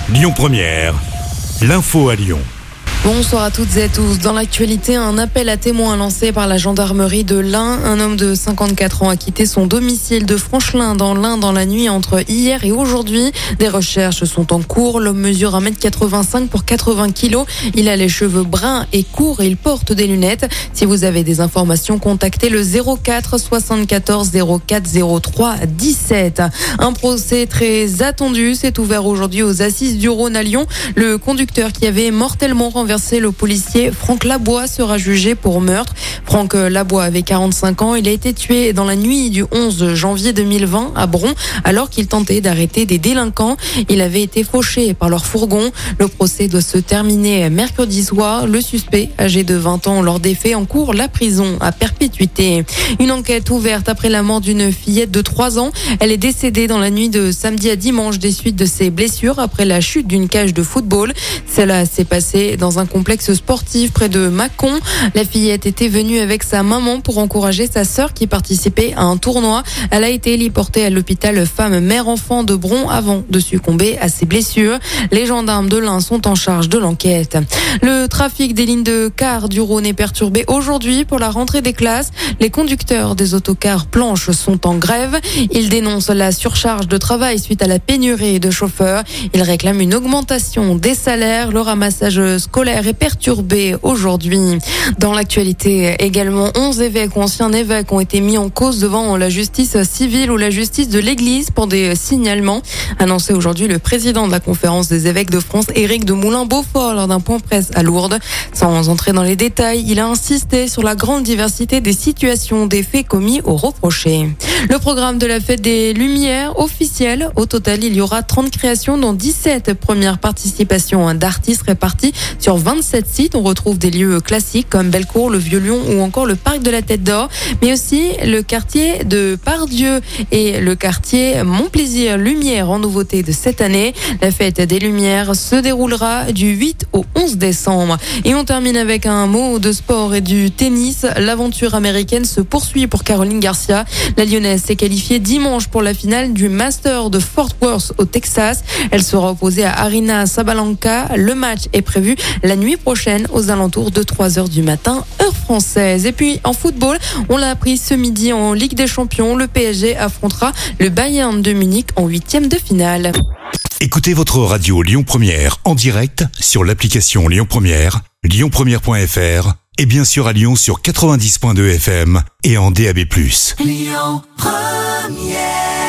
Lyon Première, l'info à Lyon. Bonsoir à toutes et à tous. Dans l'actualité, un appel à témoins lancé par la gendarmerie de l'Ain. Un homme de 54 ans a quitté son domicile de Franchelin dans l'Ain dans la nuit entre hier et aujourd'hui. Des recherches sont en cours. L'homme mesure 1m85 pour 80 kg. Il a les cheveux bruns et courts et il porte des lunettes. Si vous avez des informations, contactez le 04 74 04 03 17. Un procès très attendu s'est ouvert aujourd'hui aux Assises du Rhône à Lyon. Le conducteur qui avait mortellement renversé le policier Franck Laboie sera jugé pour meurtre. Franck Laboie avait 45 ans. Il a été tué dans la nuit du 11 janvier 2020 à Bron alors qu'il tentait d'arrêter des délinquants. Il avait été fauché par leur fourgon. Le procès doit se terminer mercredi soir. Le suspect, âgé de 20 ans lors des faits, encourt la prison à perpétuité. Une enquête ouverte après la mort d'une fillette de 3 ans. Elle est décédée dans la nuit de samedi à dimanche des suites de ses blessures après la chute d'une cage de football. Cela s'est passé dans un complexe sportif près de Mâcon. La fillette était venue avec sa maman pour encourager sa sœur qui participait à un tournoi. Elle a été héliportée à l'hôpital femme-mère-enfant de Bron avant de succomber à ses blessures. Les gendarmes de l'Ain sont en charge de l'enquête. Le trafic des lignes de cars du Rhône est perturbé aujourd'hui pour la rentrée des classes. Les conducteurs des autocars planches sont en grève. Ils dénoncent la surcharge de travail suite à la pénurie de chauffeurs. Ils réclament une augmentation des salaires. Le ramassage scolaire est perturbé aujourd'hui. Dans l'actualité également, 11 évêques ou anciens évêques ont été mis en cause devant la justice civile ou la justice de l'Église pour des signalements. Annoncé aujourd'hui le président de la conférence des évêques de France, Éric de Moulin-Beaufort, lors d'un point presse à Lourdes. Sans entrer dans les détails, il a insisté sur la grande diversité des situations, des faits commis ou reprochés. Le programme de la fête des Lumières officiel. Au total, il y aura 30 créations dont 17 premières participations d'artistes répartis sur 27 sites. On retrouve des lieux classiques comme Bellecour, le Vieux-Lyon ou encore le parc de la Tête d'Or, mais aussi le quartier de Pardieu et le quartier Montplaisir Lumière en nouveauté de cette année. La fête des Lumières se déroulera du 8 au 11 décembre. Et on termine avec un mot de sport et du tennis. L'aventure américaine se poursuit pour Caroline Garcia. La Lyonnaise s'est qualifiée dimanche pour la finale du Master de Fort Worth au Texas. Elle sera opposée à Aryna Sabalenka. Le match est prévu la nuit prochaine aux alentours de 3h du matin, heure française. Et puis en football, on l'a appris ce midi en Ligue des Champions, le PSG affrontera le Bayern de Munich en 8e de finale. Écoutez votre radio Lyon Première en direct sur l'application Lyon Première, lyonpremière.fr et bien sûr à Lyon sur 90.2 FM et en DAB+. Lyon Première.